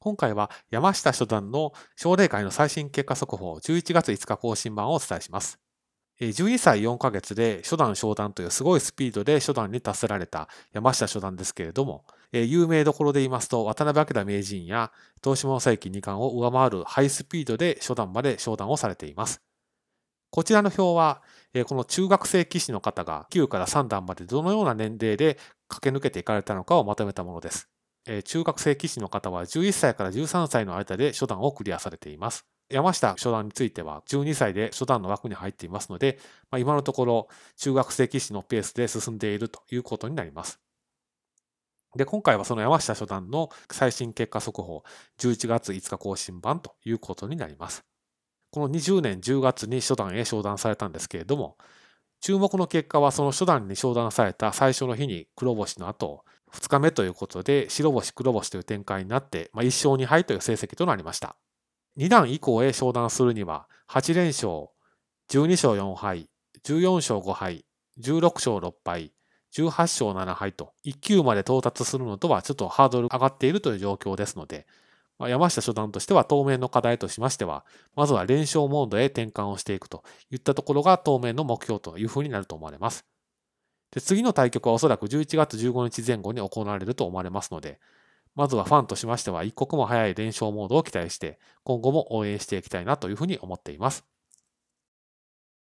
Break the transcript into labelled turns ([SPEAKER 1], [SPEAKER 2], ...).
[SPEAKER 1] 今回は山下初段の奨励会の最新結果速報11月5日更新版をお伝えします。12歳4ヶ月で初段昇段というすごいスピードで初段に達せられた山下初段ですけれども、有名どころで言いますと渡辺明名人や東島正幸二冠を上回るハイスピードで初段まで昇段をされています。こちらの表は、この中学生棋士の方が9から3段までどのような年齢で駆け抜けていかれたのかをまとめたものです。中学生棋士の方は11歳から13歳の間で初段をクリアされています。山下初段については12歳で初段の枠に入っていますので、今のところ中学生棋士のペースで進んでいるということになります。で、今回はその山下初段の最新結果速報11月5日更新版ということになります。この20年10月に初段へ昇段されたんですけれども、注目の結果はその初段に昇段された最初の日に黒星の後、2日目ということで白星黒星という展開になって、1勝2敗という成績となりました。2段以降へ昇段するには8連勝、12勝4敗、14勝5敗、16勝6敗、18勝7敗と1級まで到達するのとはちょっとハードル上がっているという状況ですので、山下初段としては当面の課題としましては、まずは連勝モードへ転換をしていくといったところが当面の目標というふうになると思われます。で、次の対局はおそらく11月15日前後に行われると思われますので、まずはファンとしましては一刻も早い連勝モードを期待して、今後も応援していきたいなというふうに思っています。